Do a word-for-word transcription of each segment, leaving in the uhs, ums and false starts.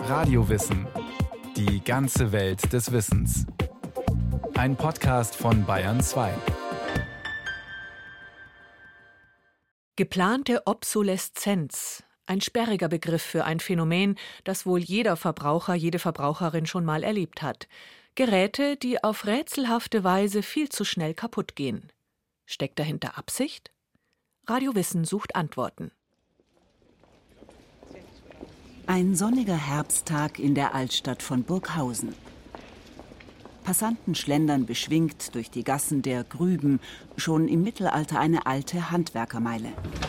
Radiowissen. Die ganze Welt des Wissens. Ein Podcast von Bayern zwei. Geplante Obsoleszenz. Ein sperriger Begriff für ein Phänomen, das wohl jeder Verbraucher, jede Verbraucherin schon mal erlebt hat. Geräte, die auf rätselhafte Weise viel zu schnell kaputt gehen. Steckt dahinter Absicht? Radiowissen sucht Antworten. Ein sonniger Herbsttag in der Altstadt von Burghausen. Passanten schlendern beschwingt durch die Gassen der Grüben, schon im Mittelalter eine alte Handwerkermeile.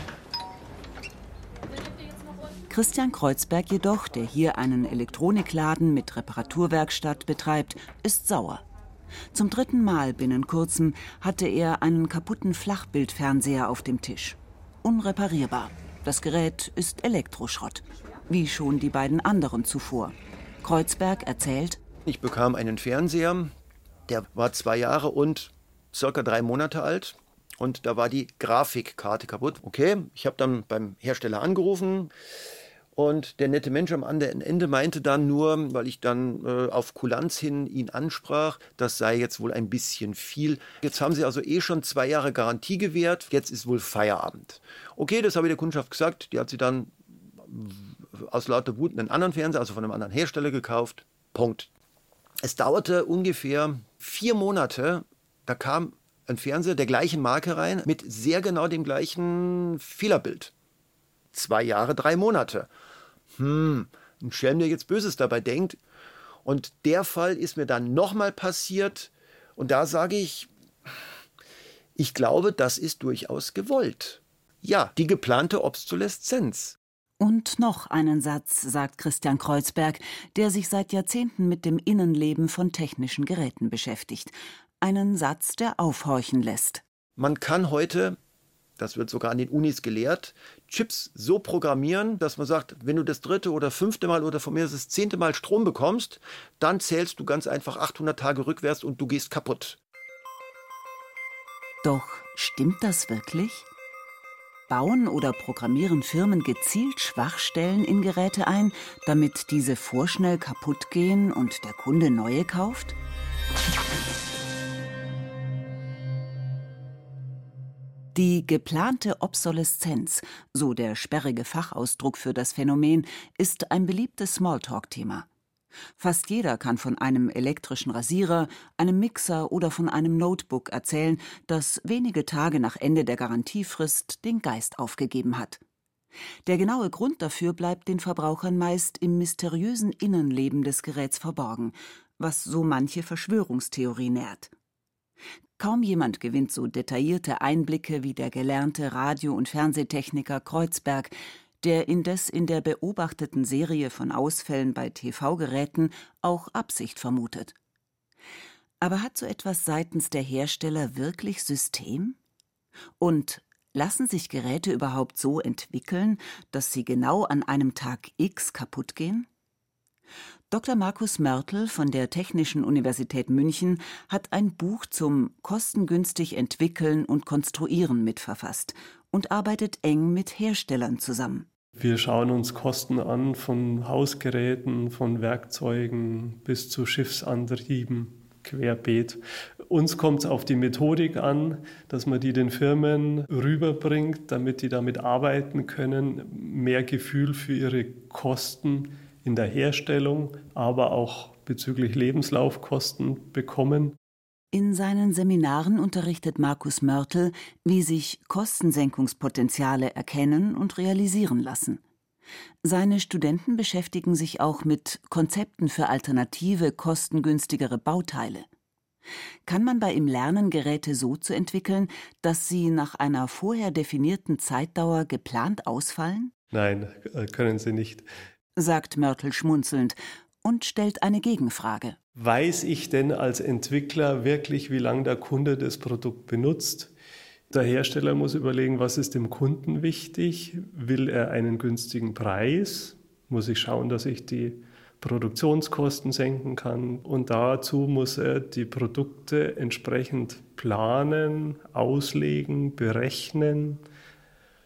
Christian Kreuzberg jedoch, der hier einen Elektronikladen mit Reparaturwerkstatt betreibt, ist sauer. Zum dritten Mal binnen kurzem hatte er einen kaputten Flachbildfernseher auf dem Tisch. Unreparierbar. Das Gerät ist Elektroschrott. Wie schon die beiden anderen zuvor. Kreuzberg erzählt: Ich bekam einen Fernseher, der war zwei Jahre und circa drei Monate alt. Und da war die Grafikkarte kaputt. Okay, ich habe dann beim Hersteller angerufen. Und der nette Mensch am anderen Ende meinte dann nur, weil ich dann äh, auf Kulanz hin ihn ansprach, das sei jetzt wohl ein bisschen viel. Jetzt haben sie also eh schon zwei Jahre Garantie gewährt, jetzt ist wohl Feierabend. Okay, das habe ich der Kundschaft gesagt, die hat sie dann aus lauter Wut einen anderen Fernseher, also von einem anderen Hersteller gekauft. Punkt. Es dauerte ungefähr vier Monate, da kam ein Fernseher der gleichen Marke rein, mit sehr genau dem gleichen Fehlerbild. Zwei Jahre, drei Monate. Hm, ein Schelm, der jetzt Böses dabei denkt. Und der Fall ist mir dann nochmal passiert. Und da sage ich, ich glaube, das ist durchaus gewollt. Ja, die geplante Obsoleszenz. Und noch einen Satz, sagt Christian Kreuzberg, der sich seit Jahrzehnten mit dem Innenleben von technischen Geräten beschäftigt. Einen Satz, der aufhorchen lässt. Man kann heute, das wird sogar an den Unis gelehrt, Chips so programmieren, dass man sagt, wenn du das dritte oder fünfte Mal oder von mir das zehnte Mal Strom bekommst, dann zählst du ganz einfach achthundert Tage rückwärts und du gehst kaputt. Doch stimmt das wirklich? Bauen oder programmieren Firmen gezielt Schwachstellen in Geräte ein, damit diese vorschnell kaputt gehen und der Kunde neue kauft? Die geplante Obsoleszenz, so der sperrige Fachausdruck für das Phänomen, ist ein beliebtes Smalltalk-Thema. Fast jeder kann von einem elektrischen Rasierer, einem Mixer oder von einem Notebook erzählen, das wenige Tage nach Ende der Garantiefrist den Geist aufgegeben hat. Der genaue Grund dafür bleibt den Verbrauchern meist im mysteriösen Innenleben des Geräts verborgen, was so manche Verschwörungstheorie nährt. Kaum jemand gewinnt so detaillierte Einblicke wie der gelernte Radio- und Fernsehtechniker Kreuzberg, der indes in der beobachteten Serie von Ausfällen bei T V-Geräten auch Absicht vermutet. Aber hat so etwas seitens der Hersteller wirklich System? Und lassen sich Geräte überhaupt so entwickeln, dass sie genau an einem Tag X kaputt gehen? Doktor Markus Mörtel von der Technischen Universität München hat ein Buch zum kostengünstig entwickeln und konstruieren mitverfasst und arbeitet eng mit Herstellern zusammen. Wir schauen uns Kosten an von Hausgeräten, von Werkzeugen bis zu Schiffsantrieben, querbeet. Uns kommt es auf die Methodik an, dass man die den Firmen rüberbringt, damit die damit arbeiten können, mehr Gefühl für ihre Kosten in der Herstellung, aber auch bezüglich Lebenslaufkosten bekommen. In seinen Seminaren unterrichtet Markus Mörtel, wie sich Kostensenkungspotenziale erkennen und realisieren lassen. Seine Studenten beschäftigen sich auch mit Konzepten für alternative, kostengünstigere Bauteile. Kann man bei ihm lernen, Geräte so zu entwickeln, dass sie nach einer vorher definierten Zeitdauer geplant ausfallen? Nein, können sie nicht. Sagt Mörtel schmunzelnd und stellt eine Gegenfrage. Weiß ich denn als Entwickler wirklich, wie lange der Kunde das Produkt benutzt? Der Hersteller muss überlegen, was ist dem Kunden wichtig? Will er einen günstigen Preis? Muss ich schauen, dass ich die Produktionskosten senken kann? Und dazu muss er die Produkte entsprechend planen, auslegen, berechnen.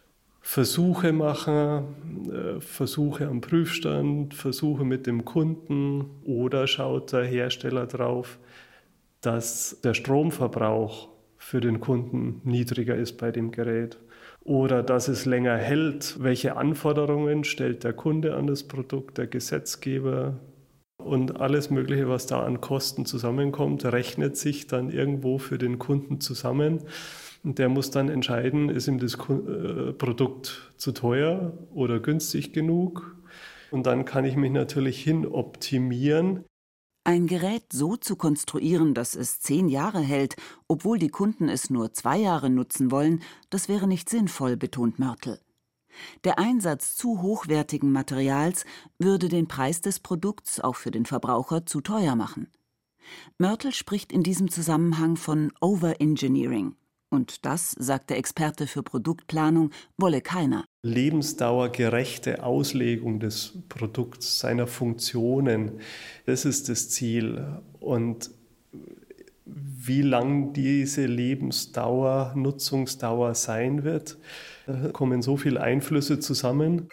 Versuche machen, äh, Versuche am Prüfstand, Versuche mit dem Kunden, oder schaut der Hersteller drauf, dass der Stromverbrauch für den Kunden niedriger ist bei dem Gerät oder dass es länger hält. Welche Anforderungen stellt der Kunde an das Produkt, der Gesetzgeber? Und alles Mögliche, was da an Kosten zusammenkommt, rechnet sich dann irgendwo für den Kunden zusammen. Und der muss dann entscheiden, ist ihm das Produkt zu teuer oder günstig genug? Und dann kann ich mich natürlich hin optimieren. Ein Gerät so zu konstruieren, dass es zehn Jahre hält, obwohl die Kunden es nur zwei Jahre nutzen wollen, das wäre nicht sinnvoll, betont Mörtel. Der Einsatz zu hochwertigen Materials würde den Preis des Produkts auch für den Verbraucher zu teuer machen. Mörtel spricht in diesem Zusammenhang von Overengineering. Und das, sagt der Experte für Produktplanung, wolle keiner. Lebensdauergerechte Auslegung des Produkts, seiner Funktionen, das ist das Ziel. Und wie lang diese Lebensdauer, Nutzungsdauer sein wird, da kommen so viele Einflüsse zusammen.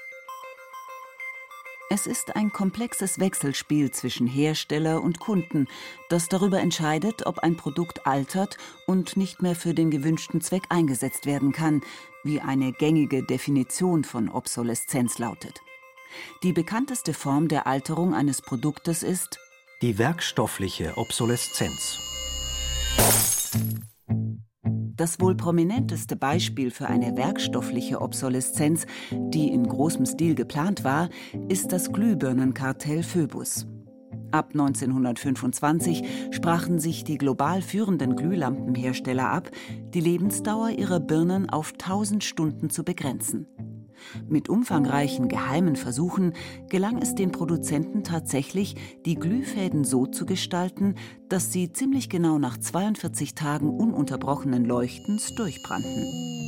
Es ist ein komplexes Wechselspiel zwischen Hersteller und Kunden, das darüber entscheidet, ob ein Produkt altert und nicht mehr für den gewünschten Zweck eingesetzt werden kann, wie eine gängige Definition von Obsoleszenz lautet. Die bekannteste Form der Alterung eines Produktes ist die werkstoffliche Obsoleszenz. Das wohl prominenteste Beispiel für eine werkstoffliche Obsoleszenz, die in großem Stil geplant war, ist das Glühbirnenkartell Phoebus. Ab neunzehnhundertfünfundzwanzig sprachen sich die global führenden Glühlampenhersteller ab, die Lebensdauer ihrer Birnen auf tausend Stunden zu begrenzen. Mit umfangreichen geheimen Versuchen gelang es den Produzenten tatsächlich, die Glühfäden so zu gestalten, dass sie ziemlich genau nach zweiundvierzig Tagen ununterbrochenen Leuchtens durchbrannten.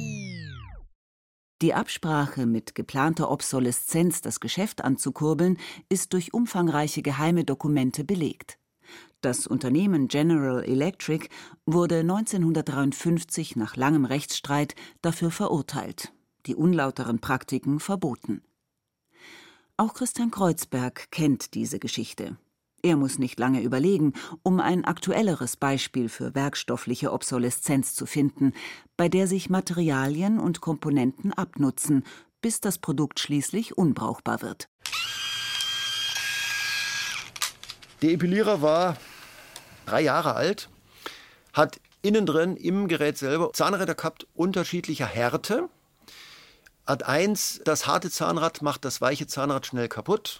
Die Absprache, mit geplanter Obsoleszenz das Geschäft anzukurbeln, ist durch umfangreiche geheime Dokumente belegt. Das Unternehmen General Electric wurde neunzehnhundertdreiundfünfzig nach langem Rechtsstreit dafür verurteilt, die unlauteren Praktiken verboten. Auch Christian Kreuzberg kennt diese Geschichte. Er muss nicht lange überlegen, um ein aktuelleres Beispiel für werkstoffliche Obsoleszenz zu finden, bei der sich Materialien und Komponenten abnutzen, bis das Produkt schließlich unbrauchbar wird. Der Epilierer war drei Jahre alt, hat innen drin im Gerät selber Zahnräder gehabt, unterschiedlicher Härte. Hat eins, das harte Zahnrad macht das weiche Zahnrad schnell kaputt.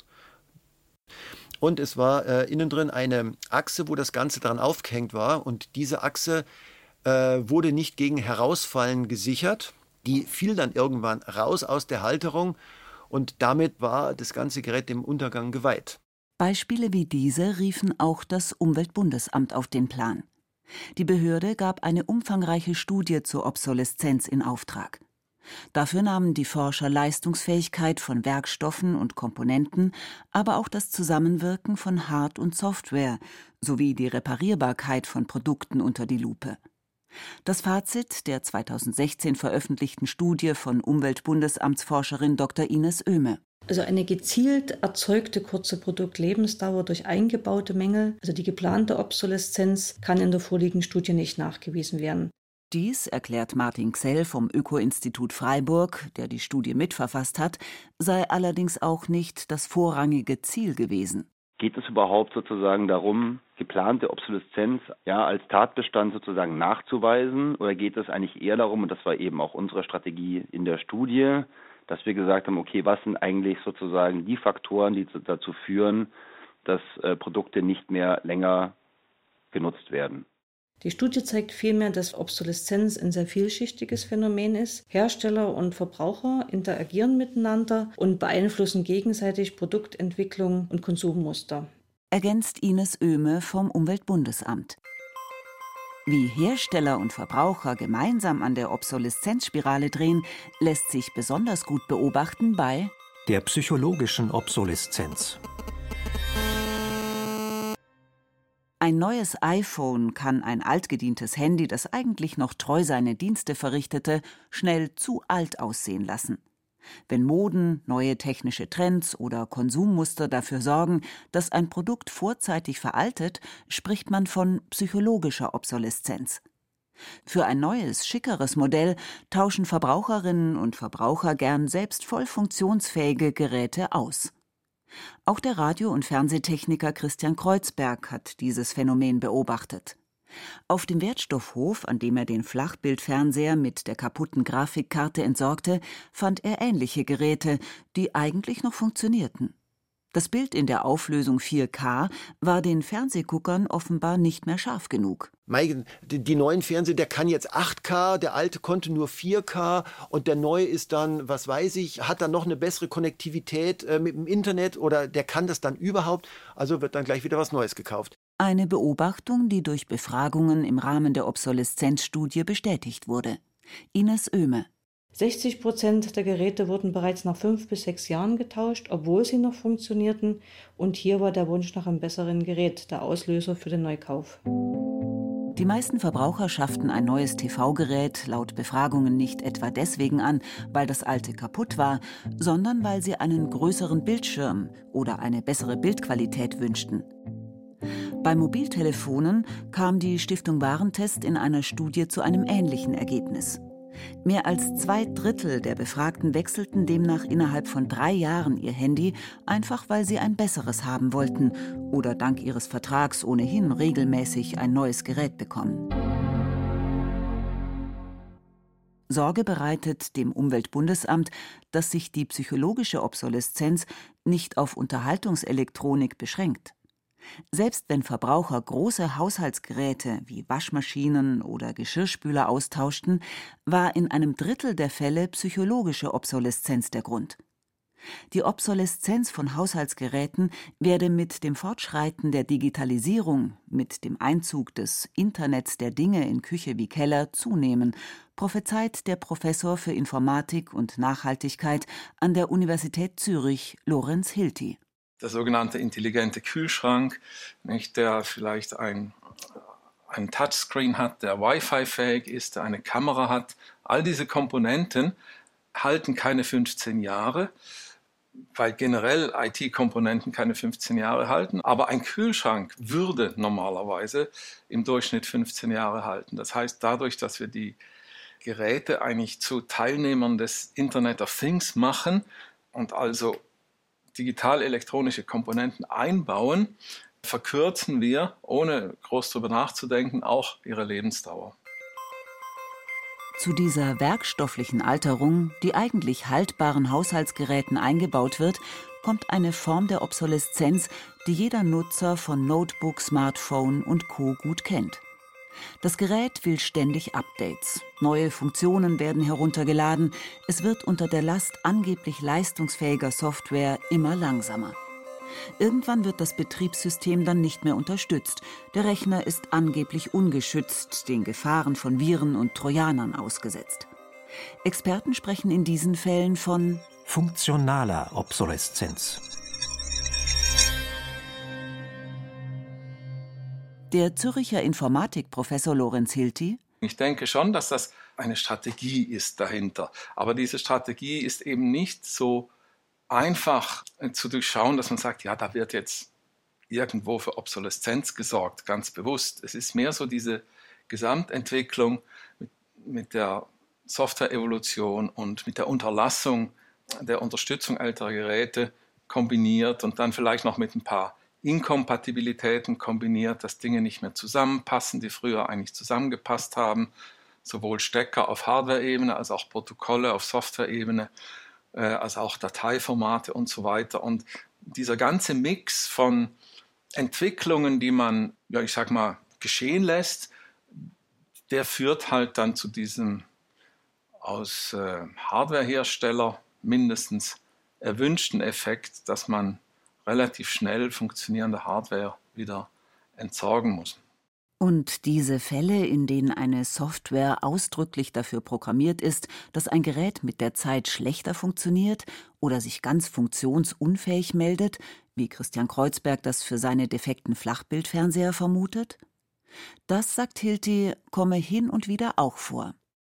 Und es war äh, innen drin eine Achse, wo das Ganze dran aufgehängt war. Und diese Achse äh, wurde nicht gegen Herausfallen gesichert. Die fiel dann irgendwann raus aus der Halterung. Und damit war das ganze Gerät dem Untergang geweiht. Beispiele wie diese riefen auch das Umweltbundesamt auf den Plan. Die Behörde gab eine umfangreiche Studie zur Obsoleszenz in Auftrag. Dafür nahmen die Forscher Leistungsfähigkeit von Werkstoffen und Komponenten, aber auch das Zusammenwirken von Hard- und Software sowie die Reparierbarkeit von Produkten unter die Lupe. Das Fazit der zweitausendsechzehn veröffentlichten Studie von Umweltbundesamtsforscherin Doktor Ines Oehme. Also eine gezielt erzeugte kurze Produktlebensdauer durch eingebaute Mängel, also die geplante Obsoleszenz, kann in der vorliegenden Studie nicht nachgewiesen werden. Dies, erklärt Martin Xell vom Öko-Institut Freiburg, der die Studie mitverfasst hat, sei allerdings auch nicht das vorrangige Ziel gewesen. Geht es überhaupt sozusagen darum, geplante Obsoleszenz ja als Tatbestand sozusagen nachzuweisen, oder geht es eigentlich eher darum, und das war eben auch unsere Strategie in der Studie, dass wir gesagt haben, okay, was sind eigentlich sozusagen die Faktoren, die dazu führen, dass äh, Produkte nicht mehr länger genutzt werden? Die Studie zeigt vielmehr, dass Obsoleszenz ein sehr vielschichtiges Phänomen ist. Hersteller und Verbraucher interagieren miteinander und beeinflussen gegenseitig Produktentwicklung und Konsummuster. Ergänzt Ines Oehme vom Umweltbundesamt. Wie Hersteller und Verbraucher gemeinsam an der Obsoleszenzspirale drehen, lässt sich besonders gut beobachten bei der psychologischen Obsoleszenz. Ein neues iPhone kann ein altgedientes Handy, das eigentlich noch treu seine Dienste verrichtete, schnell zu alt aussehen lassen. Wenn Moden, neue technische Trends oder Konsummuster dafür sorgen, dass ein Produkt vorzeitig veraltet, spricht man von psychologischer Obsoleszenz. Für ein neues, schickeres Modell tauschen Verbraucherinnen und Verbraucher gern selbst voll funktionsfähige Geräte aus. Auch der Radio- und Fernsehtechniker Christian Kreuzberg hat dieses Phänomen beobachtet. Auf dem Wertstoffhof, an dem er den Flachbildfernseher mit der kaputten Grafikkarte entsorgte, fand er ähnliche Geräte, die eigentlich noch funktionierten. Das Bild in der Auflösung vier K war den Fernsehguckern offenbar nicht mehr scharf genug. Mei, die, die neuen Fernseher, der kann jetzt acht K, der alte konnte nur vier K und der neue ist dann, was weiß ich, hat dann noch eine bessere Konnektivität äh, mit dem Internet oder der kann das dann überhaupt, also wird dann gleich wieder was Neues gekauft. Eine Beobachtung, die durch Befragungen im Rahmen der Obsoleszenzstudie bestätigt wurde. Ines Oehme. sechzig Prozent der Geräte wurden bereits nach fünf bis sechs Jahren getauscht, obwohl sie noch funktionierten. Und hier war der Wunsch nach einem besseren Gerät der Auslöser für den Neukauf. Die meisten Verbraucher schafften ein neues T V-Gerät laut Befragungen nicht etwa deswegen an, weil das alte kaputt war, sondern weil sie einen größeren Bildschirm oder eine bessere Bildqualität wünschten. Bei Mobiltelefonen kam die Stiftung Warentest in einer Studie zu einem ähnlichen Ergebnis. Mehr als zwei Drittel der Befragten wechselten demnach innerhalb von drei Jahren ihr Handy, einfach weil sie ein besseres haben wollten oder dank ihres Vertrags ohnehin regelmäßig ein neues Gerät bekommen. Sorge bereitet dem Umweltbundesamt, dass sich die psychologische Obsoleszenz nicht auf Unterhaltungselektronik beschränkt. Selbst wenn Verbraucher große Haushaltsgeräte wie Waschmaschinen oder Geschirrspüler austauschten, war in einem Drittel der Fälle psychologische Obsoleszenz der Grund. Die Obsoleszenz von Haushaltsgeräten werde mit dem Fortschreiten der Digitalisierung, mit dem Einzug des Internets der Dinge in Küche wie Keller zunehmen, prophezeit der Professor für Informatik und Nachhaltigkeit an der Universität Zürich, Lorenz Hilty. Der sogenannte intelligente Kühlschrank, nicht, der vielleicht ein, ein Touchscreen hat, der Wi-Fi-fähig ist, der eine Kamera hat. All diese Komponenten halten keine fünfzehn Jahre, weil generell I T-Komponenten keine fünfzehn Jahre halten. Aber ein Kühlschrank würde normalerweise im Durchschnitt fünfzehn Jahre halten. Das heißt, dadurch, dass wir die Geräte eigentlich zu Teilnehmern des Internet of Things machen und also digital-elektronische Komponenten einbauen, verkürzen wir, ohne groß darüber nachzudenken, auch ihre Lebensdauer. Zu dieser werkstofflichen Alterung, die eigentlich haltbaren Haushaltsgeräten eingebaut wird, kommt eine Form der Obsoleszenz, die jeder Nutzer von Notebook, Smartphone und Co. gut kennt. Das Gerät will ständig Updates. Neue Funktionen werden heruntergeladen. Es wird unter der Last angeblich leistungsfähiger Software immer langsamer. Irgendwann wird das Betriebssystem dann nicht mehr unterstützt. Der Rechner ist angeblich ungeschützt, den Gefahren von Viren und Trojanern ausgesetzt. Experten sprechen in diesen Fällen von funktionaler Obsoleszenz. Der Zürcher Informatikprofessor Lorenz Hilty: Ich denke schon, dass das eine Strategie ist dahinter. Aber diese Strategie ist eben nicht so einfach zu durchschauen, dass man sagt, ja, da wird jetzt irgendwo für Obsoleszenz gesorgt, ganz bewusst. Es ist mehr so diese Gesamtentwicklung mit, mit der Software-Evolution und mit der Unterlassung der Unterstützung älterer Geräte kombiniert und dann vielleicht noch mit ein paar Inkompatibilitäten kombiniert, dass Dinge nicht mehr zusammenpassen, die früher eigentlich zusammengepasst haben, sowohl Stecker auf Hardware-Ebene als auch Protokolle auf Software-Ebene, äh, als auch Dateiformate und so weiter. Und dieser ganze Mix von Entwicklungen, die man, ja, ich sag mal, geschehen lässt, der führt halt dann zu diesem aus äh, Hardwarehersteller mindestens erwünschten Effekt, dass man relativ schnell funktionierende Hardware wieder entsorgen muss. Und diese Fälle, in denen eine Software ausdrücklich dafür programmiert ist, dass ein Gerät mit der Zeit schlechter funktioniert oder sich ganz funktionsunfähig meldet, wie Christian Kreuzberg das für seine defekten Flachbildfernseher vermutet? Das, sagt Hilty, komme hin und wieder auch vor.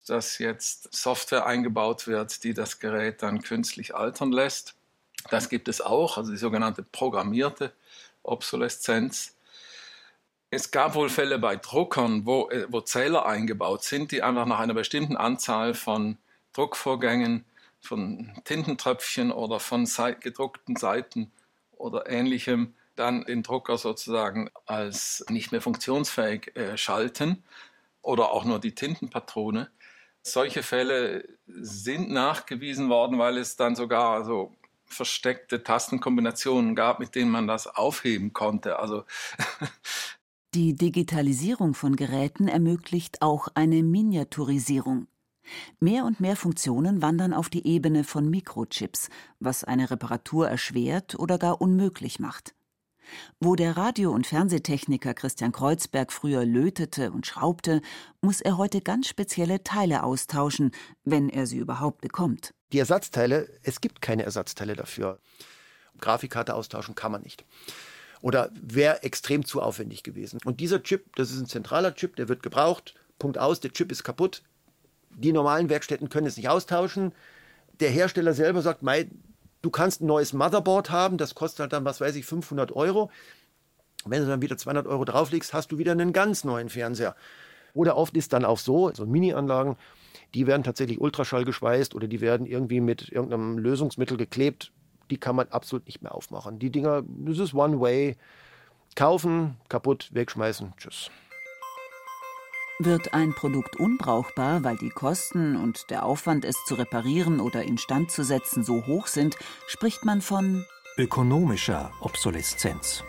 dass jetzt Software eingebaut wird, die das Gerät dann künstlich altern lässt. Das gibt es auch, also die sogenannte programmierte Obsoleszenz. Es gab wohl Fälle bei Druckern, wo, wo Zähler eingebaut sind, die einfach nach einer bestimmten Anzahl von Druckvorgängen, von Tintentröpfchen oder von gedruckten Seiten oder Ähnlichem dann den Drucker sozusagen als nicht mehr funktionsfähig äh, schalten oder auch nur die Tintenpatrone. Solche Fälle sind nachgewiesen worden, weil es dann sogar so versteckte Tastenkombinationen gab, mit denen man das aufheben konnte. Also Die Digitalisierung von Geräten ermöglicht auch eine Miniaturisierung. Mehr und mehr Funktionen wandern auf die Ebene von Mikrochips, was eine Reparatur erschwert oder gar unmöglich macht. Wo der Radio- und Fernsehtechniker Christian Kreuzberg früher lötete und schraubte, muss er heute ganz spezielle Teile austauschen, wenn er sie überhaupt bekommt. Die Ersatzteile, es gibt keine Ersatzteile dafür. Grafikkarte austauschen kann man nicht. Oder wäre extrem zu aufwendig gewesen. Und dieser Chip, das ist ein zentraler Chip, der wird gebraucht, Punkt aus, der Chip ist kaputt. Die normalen Werkstätten können es nicht austauschen. Der Hersteller selber sagt, mei, du kannst ein neues Motherboard haben, das kostet halt dann, was weiß ich, fünfhundert Euro. Wenn du dann wieder zweihundert Euro drauflegst, hast du wieder einen ganz neuen Fernseher. Oder oft ist dann auch so, so Mini-Anlagen, die werden tatsächlich Ultraschall geschweißt oder die werden irgendwie mit irgendeinem Lösungsmittel geklebt. Die kann man absolut nicht mehr aufmachen. Die Dinger, das ist One-Way. Kaufen, kaputt, wegschmeißen, tschüss. Wird ein Produkt unbrauchbar, weil die Kosten und der Aufwand, es zu reparieren oder instand zu setzen, so hoch sind, spricht man von ökonomischer Obsoleszenz.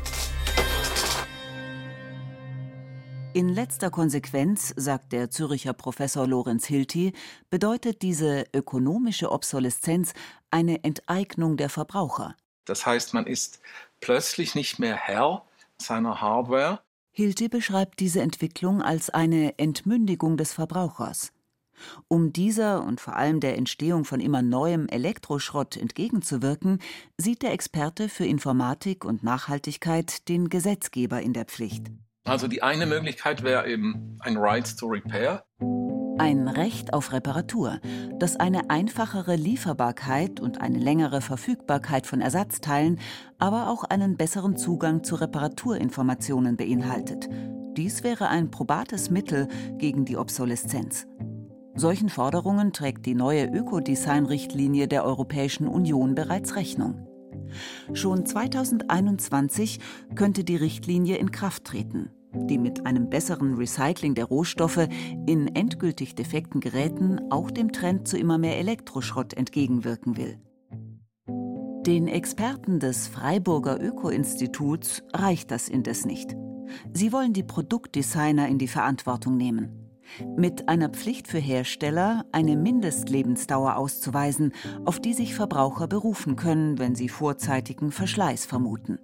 In letzter Konsequenz, sagt der Züricher Professor Lorenz Hilty, bedeutet diese ökonomische Obsoleszenz eine Enteignung der Verbraucher. Das heißt, man ist plötzlich nicht mehr Herr seiner Hardware. Hilty beschreibt diese Entwicklung als eine Entmündigung des Verbrauchers. Um dieser und vor allem der Entstehung von immer neuem Elektroschrott entgegenzuwirken, sieht der Experte für Informatik und Nachhaltigkeit den Gesetzgeber in der Pflicht. Also die eine Möglichkeit wäre eben ein Right to Repair. Ein Recht auf Reparatur, das eine einfachere Lieferbarkeit und eine längere Verfügbarkeit von Ersatzteilen, aber auch einen besseren Zugang zu Reparaturinformationen beinhaltet. Dies wäre ein probates Mittel gegen die Obsoleszenz. Solchen Forderungen trägt die neue Ökodesign-Richtlinie der Europäischen Union bereits Rechnung. Schon zweitausendeinundzwanzig könnte die Richtlinie in Kraft treten, die mit einem besseren Recycling der Rohstoffe in endgültig defekten Geräten auch dem Trend zu immer mehr Elektroschrott entgegenwirken will. Den Experten des Freiburger Öko-Instituts reicht das indes nicht. Sie wollen die Produktdesigner in die Verantwortung nehmen. Mit einer Pflicht für Hersteller, eine Mindestlebensdauer auszuweisen, auf die sich Verbraucher berufen können, wenn sie vorzeitigen Verschleiß vermuten.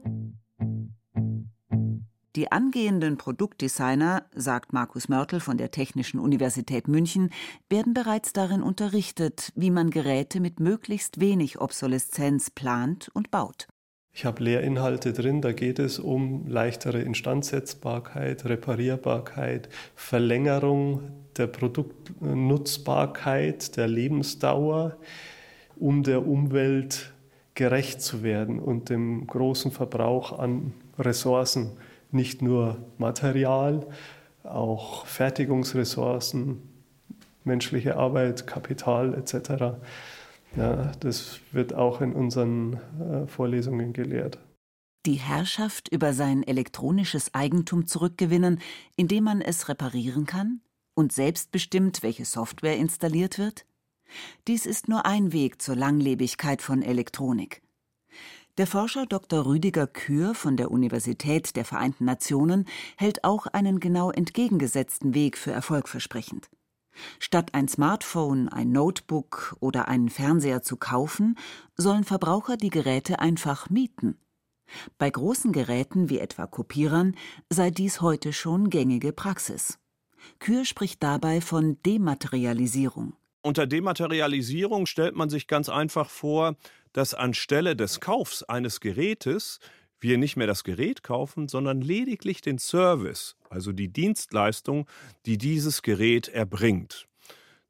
Die angehenden Produktdesigner, sagt Markus Mörtel von der Technischen Universität München, werden bereits darin unterrichtet, wie man Geräte mit möglichst wenig Obsoleszenz plant und baut. Ich habe Lehrinhalte drin, da geht es um leichtere Instandsetzbarkeit, Reparierbarkeit, Verlängerung der Produktnutzbarkeit, der Lebensdauer, um der Umwelt gerecht zu werden und dem großen Verbrauch an Ressourcen, nicht nur Material, auch Fertigungsressourcen, menschliche Arbeit, Kapital et cetera. Ja, das wird auch in unseren äh, Vorlesungen gelehrt. Die Herrschaft über sein elektronisches Eigentum zurückgewinnen, indem man es reparieren kann und selbst bestimmt, welche Software installiert wird? Dies ist nur ein Weg zur Langlebigkeit von Elektronik. Der Forscher Doktor Rüdiger Kür von der Universität der Vereinten Nationen hält auch einen genau entgegengesetzten Weg für erfolgversprechend. Statt ein Smartphone, ein Notebook oder einen Fernseher zu kaufen, sollen Verbraucher die Geräte einfach mieten. Bei großen Geräten wie etwa Kopierern sei dies heute schon gängige Praxis. Kür spricht dabei von Dematerialisierung. Unter Dematerialisierung stellt man sich ganz einfach vor, dass anstelle des Kaufs eines Gerätes wir nicht mehr das Gerät kaufen, sondern lediglich den Service, also die Dienstleistung, die dieses Gerät erbringt.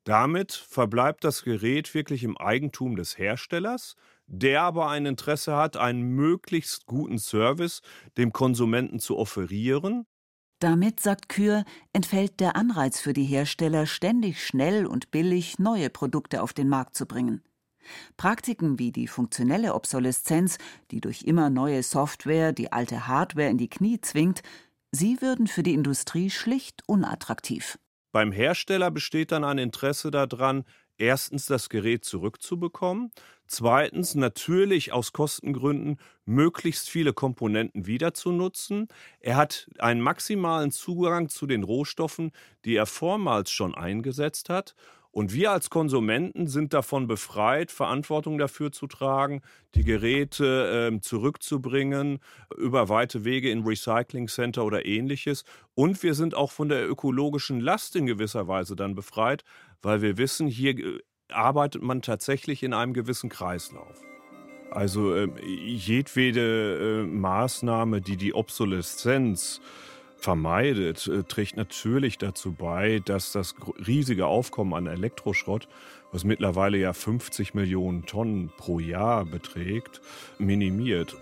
Damit verbleibt das Gerät wirklich im Eigentum des Herstellers, der aber ein Interesse hat, einen möglichst guten Service dem Konsumenten zu offerieren. Damit, sagt Kür, entfällt der Anreiz für die Hersteller, ständig schnell und billig neue Produkte auf den Markt zu bringen. Praktiken wie die funktionelle Obsoleszenz, die durch immer neue Software die alte Hardware in die Knie zwingt, sie würden für die Industrie schlicht unattraktiv. Beim Hersteller besteht dann ein Interesse daran, erstens das Gerät zurückzubekommen, zweitens natürlich aus Kostengründen möglichst viele Komponenten wieder zu nutzen. Er hat einen maximalen Zugang zu den Rohstoffen, die er vormals schon eingesetzt hat. Und wir als Konsumenten sind davon befreit, Verantwortung dafür zu tragen, die Geräte äh, zurückzubringen, über weite Wege in Recycling-Center oder Ähnliches. Und wir sind auch von der ökologischen Last in gewisser Weise dann befreit, weil wir wissen, hier äh, arbeitet man tatsächlich in einem gewissen Kreislauf. Also äh, jedwede äh, Maßnahme, die die Obsoleszenz vermeidet, äh, trägt natürlich dazu bei, dass das riesige Aufkommen an Elektroschrott, was mittlerweile ja fünfzig Millionen Tonnen pro Jahr beträgt, minimiert.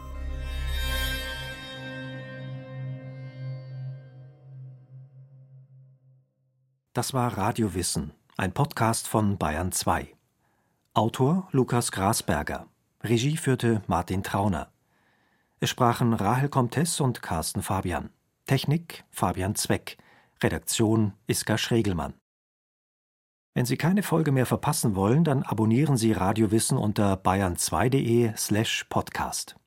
Das war Radio Wissen, ein Podcast von Bayern zwei. Autor Lukas Grasberger. Regie führte Martin Trauner. Es sprachen Rahel Comtes und Carsten Fabian. Technik Fabian Zweck. Redaktion Iska Schregelmann. Wenn Sie keine Folge mehr verpassen wollen, dann abonnieren Sie Radio Wissen unter bayern zwei punkt de slash podcast.